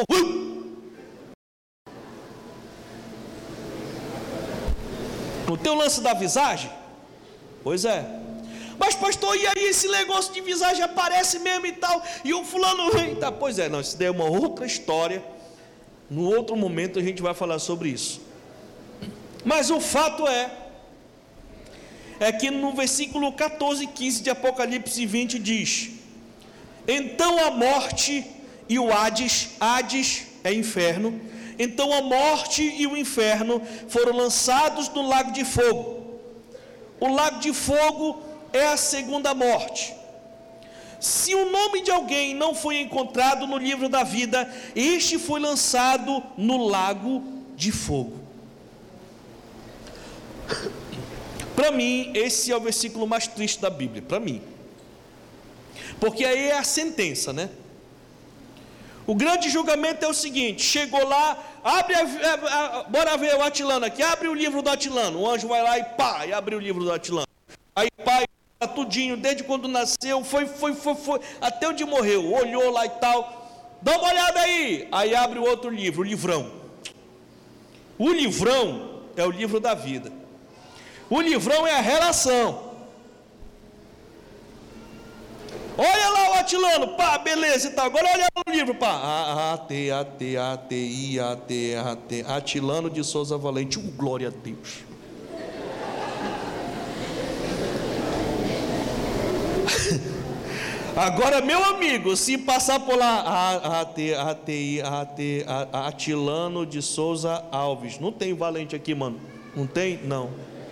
Não tem o lance da visagem? Pois é. Mas pastor, e aí esse negócio de visagem aparece mesmo e tal, e o fulano vem, tá? Pois é, não, isso daí é uma outra história. No outro momento a gente vai falar sobre isso. Mas o fato é É que no versículo catorze e quinze de Apocalipse vinte diz: então a morte e o Hades, Hades é inferno, então a morte e o inferno foram lançados no lago de fogo. O lago de fogo é a segunda morte. Se o nome de alguém não foi encontrado no livro da vida, este foi lançado no lago de fogo. Para mim, esse é o versículo mais triste da Bíblia, para mim. Porque aí é a sentença, né? O grande julgamento é o seguinte: chegou lá, abre, a, a, a, bora ver o Atilano aqui, abre o livro do Atilano. O anjo vai lá e pá, e abre o livro do Atilano. Aí pai, tudinho, desde quando nasceu, foi, foi, foi, foi, até onde morreu, olhou lá e tal, dá uma olhada aí. Aí abre o outro livro, o livrão. O livrão é o livro da vida. O livrão é a relação. Olha lá o Atilano, pá, beleza e tal. Agora olha lá o livro, pá. A, A, T, A, T, A, T, I, A, T, A, T. Atilano de Souza Valente. Uh, glória a Deus. Agora, meu amigo, se passar por lá, A, A, T, A, T, I, A, T, A, Atilano de Souza Alves. Não tem Valente aqui, mano? Não tem? Não.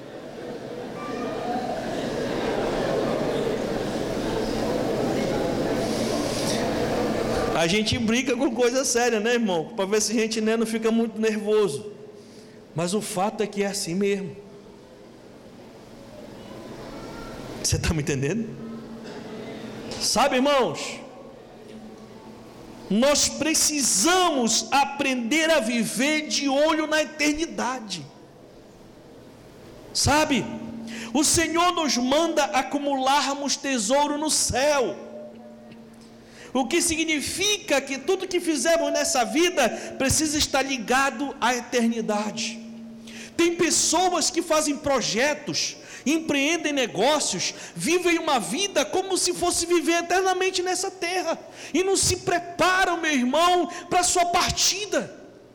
A gente brinca com coisa séria, né, irmão? Para ver se a gente, né, não fica muito nervoso. Mas o fato é que é assim mesmo. Você está me entendendo? Sabe, irmãos, nós precisamos aprender a viver de olho na eternidade. Sabe, o Senhor nos manda acumularmos tesouro no céu. O que significa que tudo que fizermos nessa vida precisa estar ligado à eternidade. Tem pessoas que fazem projetos, empreendem negócios, vivem uma vida como se fosse viver eternamente nessa terra, e não se preparam, meu irmão, para a sua partida.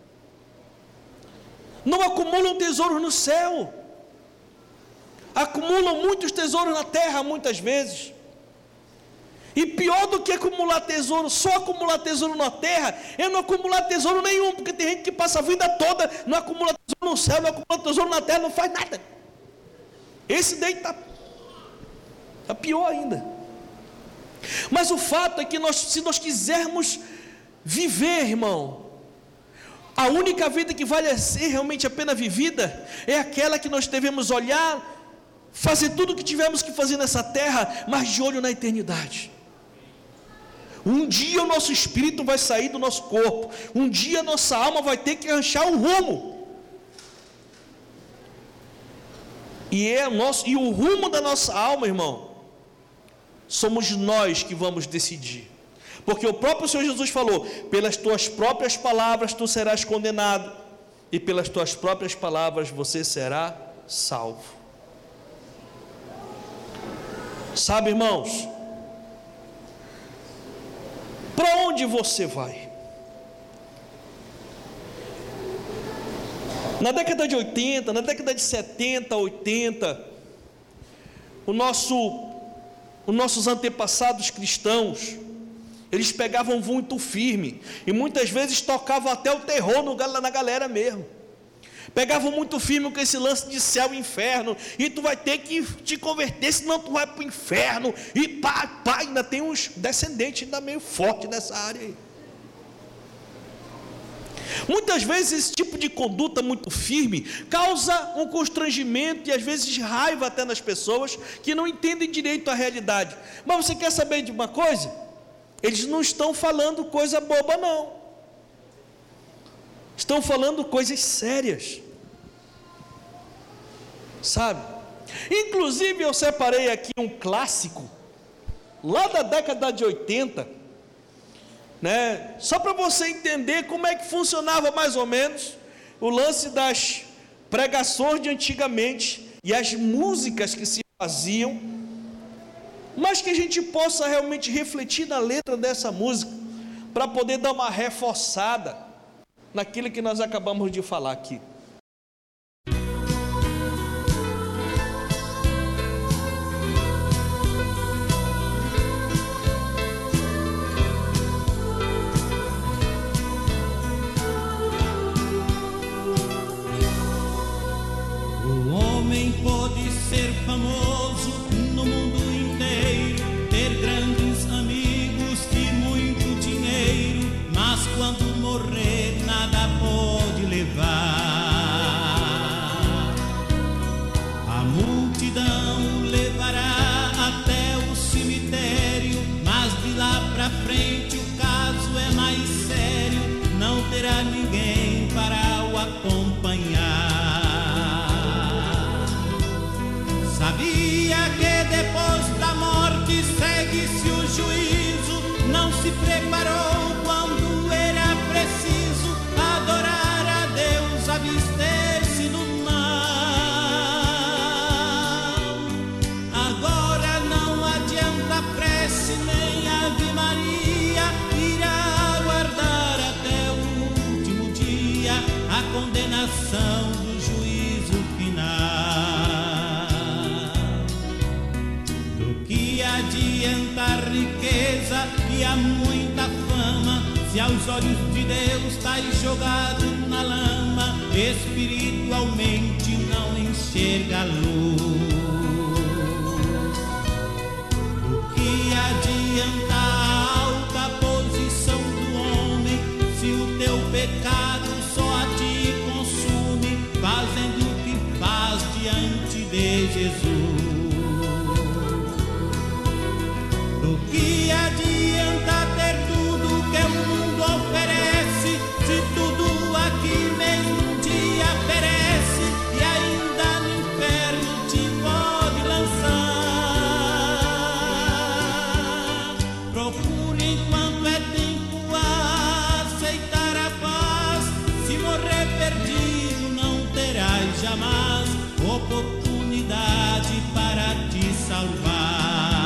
Não acumulam tesouros no céu, acumulam muitos tesouros na terra muitas vezes. E pior do que acumular tesouro, só acumular tesouro na terra, é não acumular tesouro nenhum, porque tem gente que passa a vida toda, não acumula tesouro no céu, não acumula tesouro na terra, não faz nada. Esse daí está tá pior ainda. Mas o fato é que nós, se nós quisermos viver, irmão, a única vida que vale ser realmente a pena vivida, é aquela que nós devemos olhar, fazer tudo o que tivemos que fazer nessa terra, mas de olho na eternidade. Um dia o nosso espírito vai sair do nosso corpo, um dia a nossa alma vai ter que arranjar um rumo, e, é o nosso, e o rumo da nossa alma, irmão, somos nós que vamos decidir, porque o próprio Senhor Jesus falou: pelas tuas próprias palavras tu serás condenado, e pelas tuas próprias palavras você será salvo. Sabe, irmãos, para onde você vai? Na década de oitenta, na década de setenta, oitenta, o nosso, os nossos antepassados cristãos, eles pegavam muito firme, e muitas vezes tocavam até o terror no, na galera mesmo. Pegavam muito firme com esse lance de céu e inferno, e tu vai ter que te converter, senão tu vai para o inferno, e pá, pá, ainda tem uns descendentes ainda meio forte nessa área aí. Muitas vezes esse tipo de conduta muito firme causa um constrangimento e às vezes raiva até nas pessoas que não entendem direito a realidade. Mas você quer saber de uma coisa? Eles não estão falando coisa boba não, estão falando coisas sérias, sabe? Inclusive eu separei aqui um clássico lá da década de oitenta, né? Só para você entender como é que funcionava mais ou menos o lance das pregações de antigamente e as músicas que se faziam, mas que a gente possa realmente refletir na letra dessa música para poder dar uma reforçada naquilo que nós acabamos de falar aqui. O homem pode ser famoso no mundo inteiro, ter grandes amigos e muito dinheiro, mas quando morrer nada pode levar. acompanhar. Sabia que depois da morte segue-se o juízo, não se preparou quando era preciso adorar a Deus, abster-se do mal. Agora não adianta prece nem Ave Maria, irá aguardar até o último dia a condenação do juízo final. Do que adianta a riqueza e a muita fama, se aos olhos de Deus estás jogado na lama, espiritualmente não enxerga a luz. Do que adianta a alta posição do homem, se o teu pecado só a ti consume, fazendo o que faz diante de Jesus? Do que adianta ter tudo que o mundo oferece, se tudo aqui mesmo um dia perece e ainda no inferno te pode lançar? Procure enquanto é tempo aceitar a paz, se morrer perdido não terás jamais oportunidade para te salvar.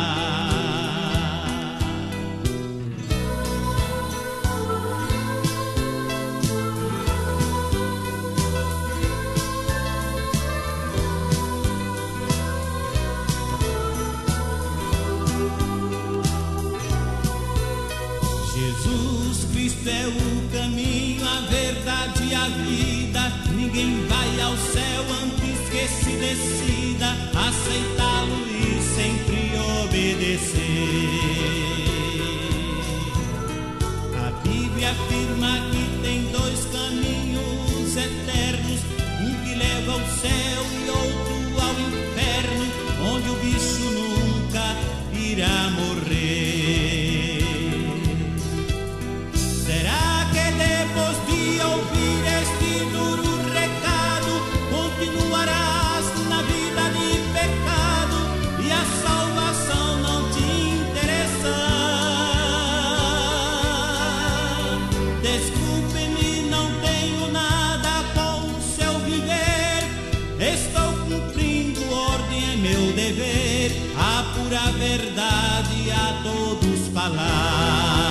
Jesus Cristo é o caminho, a verdade e a vida. Ninguém vai ao céu antes que se decida aceitá-lo e sempre obedecer. A Bíblia afirma que tem dois caminhos eternos, um que leva ao céu e outro ao inferno, onde o bicho nunca irá morrer. Será que depois de ouvir este duro recado, continuarás na vida de pecado e a salvação não te interessa? Desculpe-me, não tenho nada com o seu viver, estou cumprindo ordem, é meu dever, a pura verdade a todos falar.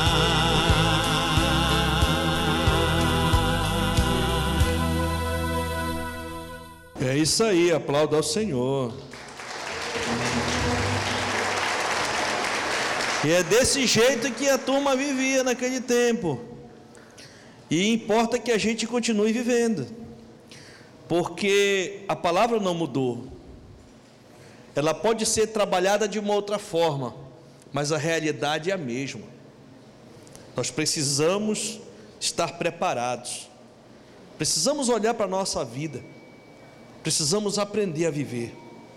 É isso aí, aplauda ao Senhor. E é desse jeito que a turma vivia naquele tempo. E importa que a gente continue vivendo, porque a palavra não mudou. Ela pode ser trabalhada de uma outra forma, mas a realidade é a mesma. Nós precisamos estar preparados. Precisamos olhar para a nossa vida. Precisamos aprender a viver.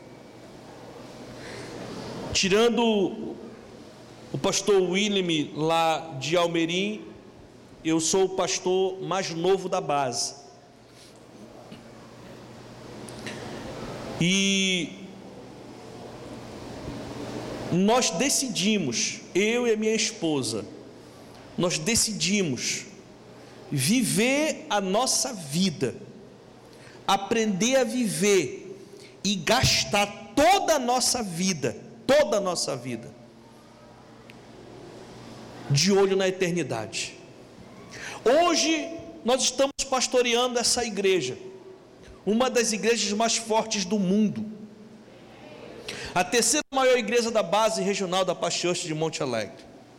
Tirando o pastor William lá de Almerim, eu sou o pastor mais novo da base. E nós decidimos, eu e a minha esposa, nós decidimos viver a nossa vida, aprender a viver e gastar toda a nossa vida, toda a nossa vida, de olho na eternidade. Hoje nós estamos pastoreando essa igreja, uma das igrejas mais fortes do mundo, a terceira maior igreja da base regional da Paz Church de Monte Alegre.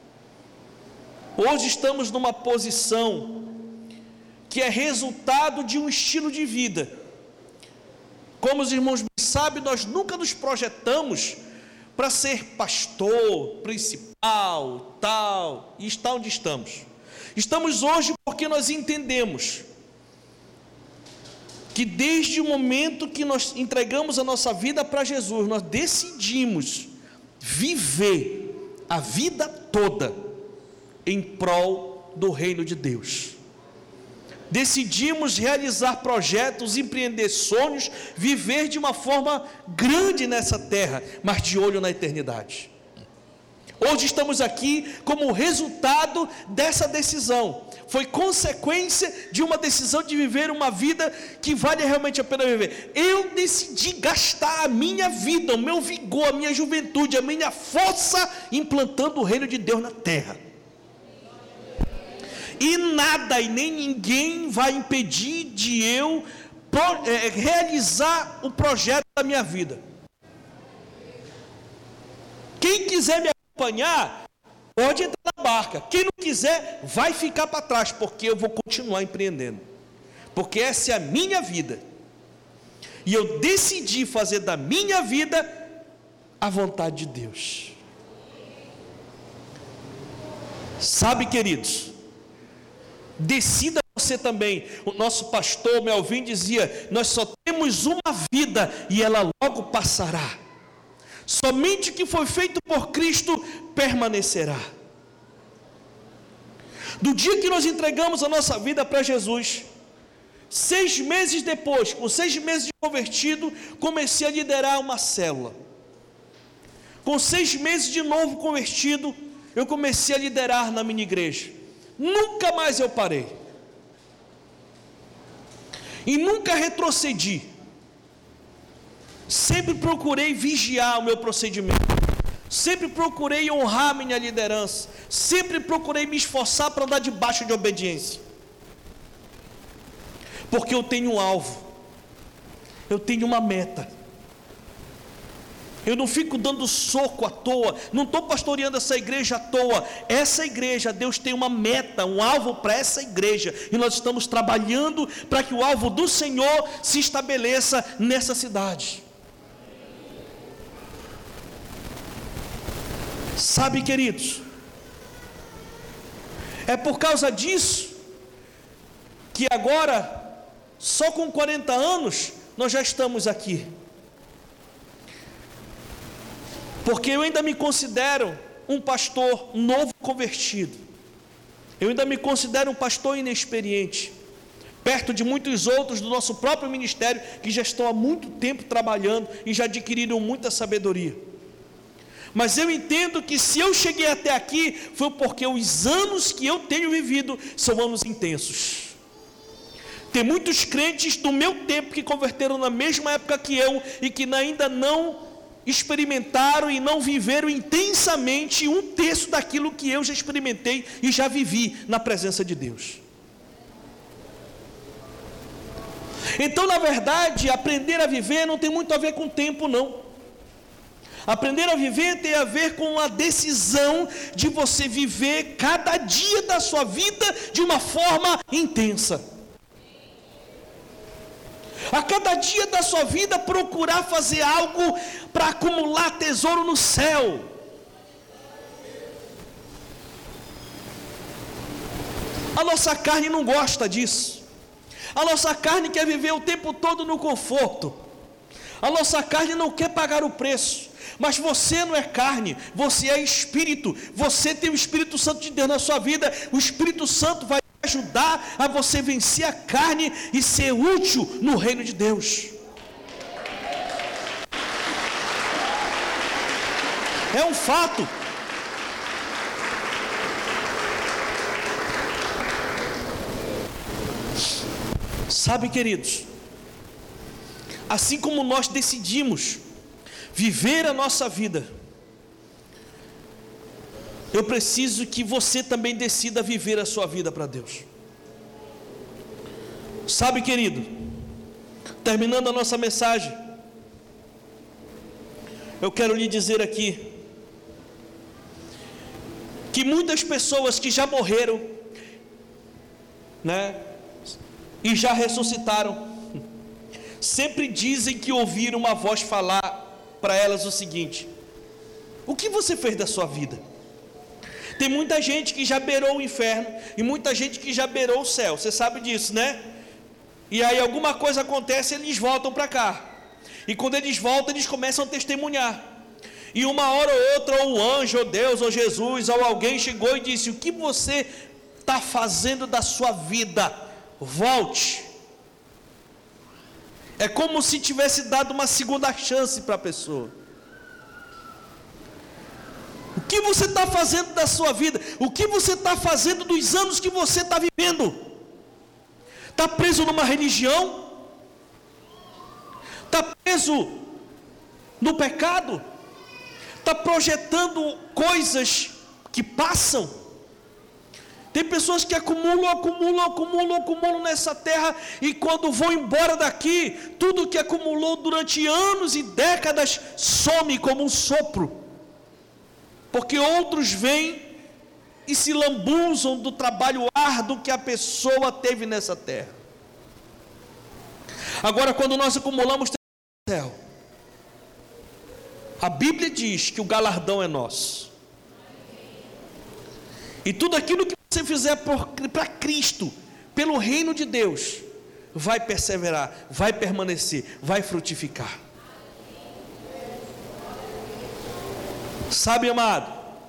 Hoje estamos numa posição que é resultado de um estilo de vida. Como os irmãos bem sabem, nós nunca nos projetamos para ser pastor, principal, tal, e estar onde estamos. Estamos hoje porque nós entendemos que desde o momento que nós entregamos a nossa vida para Jesus, nós decidimos viver a vida toda em prol do reino de Deus. decidimos realizar projetos, empreender sonhos, viver de uma forma grande nessa terra, mas de olho na eternidade. Hoje estamos aqui como resultado dessa decisão. Foi consequência de uma decisão de viver uma vida que vale realmente a pena viver. Eu decidi gastar a minha vida, o meu vigor, a minha juventude, a minha força, implantando o reino de Deus na terra. E nada e nem ninguém vai impedir de eu pro, é, realizar o projeto da minha vida. Quem quiser me acompanhar, pode entrar na barca. Quem não quiser, vai ficar para trás, porque eu vou continuar empreendendo. Porque essa é a minha vida. E eu decidi fazer da minha vida a vontade de Deus. Sabe, queridos, decida você também. O nosso pastor Melvin dizia: nós só temos uma vida e ela logo passará. Somente o que foi feito por Cristo permanecerá. Do dia que nós entregamos a nossa vida para Jesus, seis meses depois, com seis meses de convertido, comecei a liderar uma célula. Com seis meses de novo convertido, eu comecei a liderar na minha igreja. Nunca mais eu parei. E nunca retrocedi. Sempre procurei vigiar o meu procedimento. Sempre procurei honrar minha liderança. Sempre procurei me esforçar para andar debaixo de obediência. Porque eu tenho um alvo. Eu tenho uma meta. Eu não fico dando soco à toa. Não estou pastoreando essa igreja à toa. Essa igreja, Deus tem uma meta, um alvo para essa igreja. E nós estamos trabalhando para que o alvo do Senhor se estabeleça nessa cidade. Sabe, queridos, é por causa disso que agora, só com quarenta anos, nós já estamos aqui. Porque eu ainda me considero um pastor novo convertido. Eu ainda me considero um pastor inexperiente, perto de muitos outros do nosso próprio ministério, que já estão há muito tempo trabalhando e já adquiriram muita sabedoria. Mas eu entendo que se eu cheguei até aqui, foi porque os anos que eu tenho vivido são anos intensos. Tem muitos crentes do meu tempo que converteram na mesma época que eu e que ainda não experimentaram e não viveram intensamente um terço daquilo que eu já experimentei e já vivi na presença de Deus. Então, na verdade, aprender a viver não tem muito a ver com tempo, não. Aprender a viver tem a ver com a decisão de você viver cada dia da sua vida de uma forma intensa. A cada dia da sua vida procurar fazer algo para acumular tesouro no céu. A nossa carne não gosta disso. A nossa carne quer viver o tempo todo no conforto. A nossa carne não quer pagar o preço. Mas você não é carne, você é espírito. Você tem o Espírito Santo de Deus na sua vida. O Espírito Santo vai ajudar a você vencer a carne e ser útil no reino de Deus. É um fato. Sabe, queridos, assim como nós decidimos viver a nossa vida, eu preciso que você também decida viver a sua vida para Deus. Sabe, querido, terminando a nossa mensagem, eu quero lhe dizer aqui que muitas pessoas que já morreram, né, e já ressuscitaram, sempre dizem que ouviram uma voz falar para elas o seguinte: o que você fez da sua vida? Tem muita gente que já beirou o inferno e muita gente que já beirou o céu, você sabe disso, né? E aí alguma coisa acontece e eles voltam para cá, e quando eles voltam eles começam a testemunhar, e uma hora ou outra, ou o anjo, ou Deus, ou Jesus, ou alguém chegou e disse: o que você está fazendo da sua vida? volte. É como se tivesse dado uma segunda chance para a pessoa. O que você está fazendo da sua vida? O que você está fazendo dos anos que você está vivendo? Está preso numa religião? Está preso no pecado? Está projetando coisas que passam? Tem pessoas que acumulam, acumulam, acumulam, acumulam nessa terra, e quando vão embora daqui, tudo que acumulou durante anos e décadas some como um sopro, porque outros vêm e se lambuzam do trabalho árduo que a pessoa teve nessa terra. Agora, quando nós acumulamos no céu, a Bíblia diz que o galardão é nosso, e tudo aquilo que você fizer para Cristo, pelo reino de Deus, vai perseverar, vai permanecer, vai frutificar. Sabe, amado,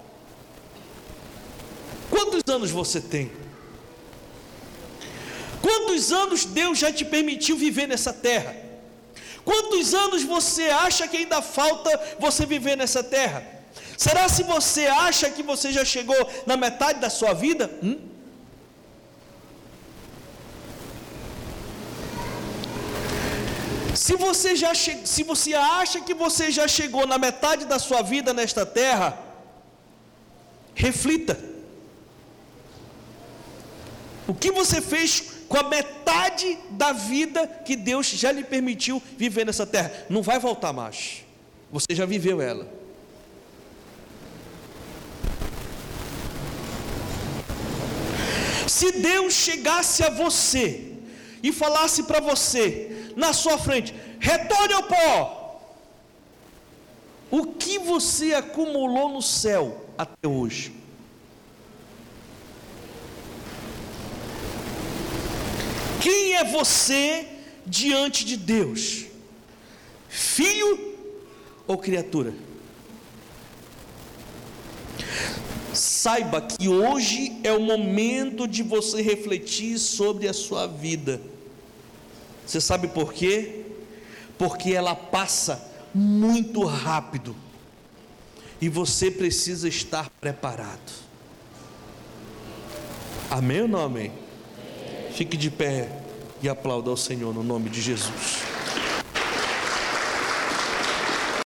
quantos anos você tem? Quantos anos Deus já te permitiu viver nessa terra? Quantos anos você acha que ainda falta você viver nessa terra? Será se você acha que você já chegou na metade da sua vida? Hum? Se você, já che... se você acha que você já chegou na metade da sua vida nesta terra, reflita. O que você fez com a metade da vida que Deus já lhe permitiu viver nessa terra? Não vai voltar mais. Você já viveu ela. Se Deus chegasse a você e falasse para você, na sua frente, retorne ao pó, o que você acumulou no céu até hoje? Quem é você diante de Deus? Filho ou criatura? Saiba que hoje é o momento de você refletir sobre a sua vida. Você sabe por quê? Porque ela passa muito rápido, e você precisa estar preparado. Amém ou não amém? Fique de pé e aplauda ao Senhor no nome de Jesus.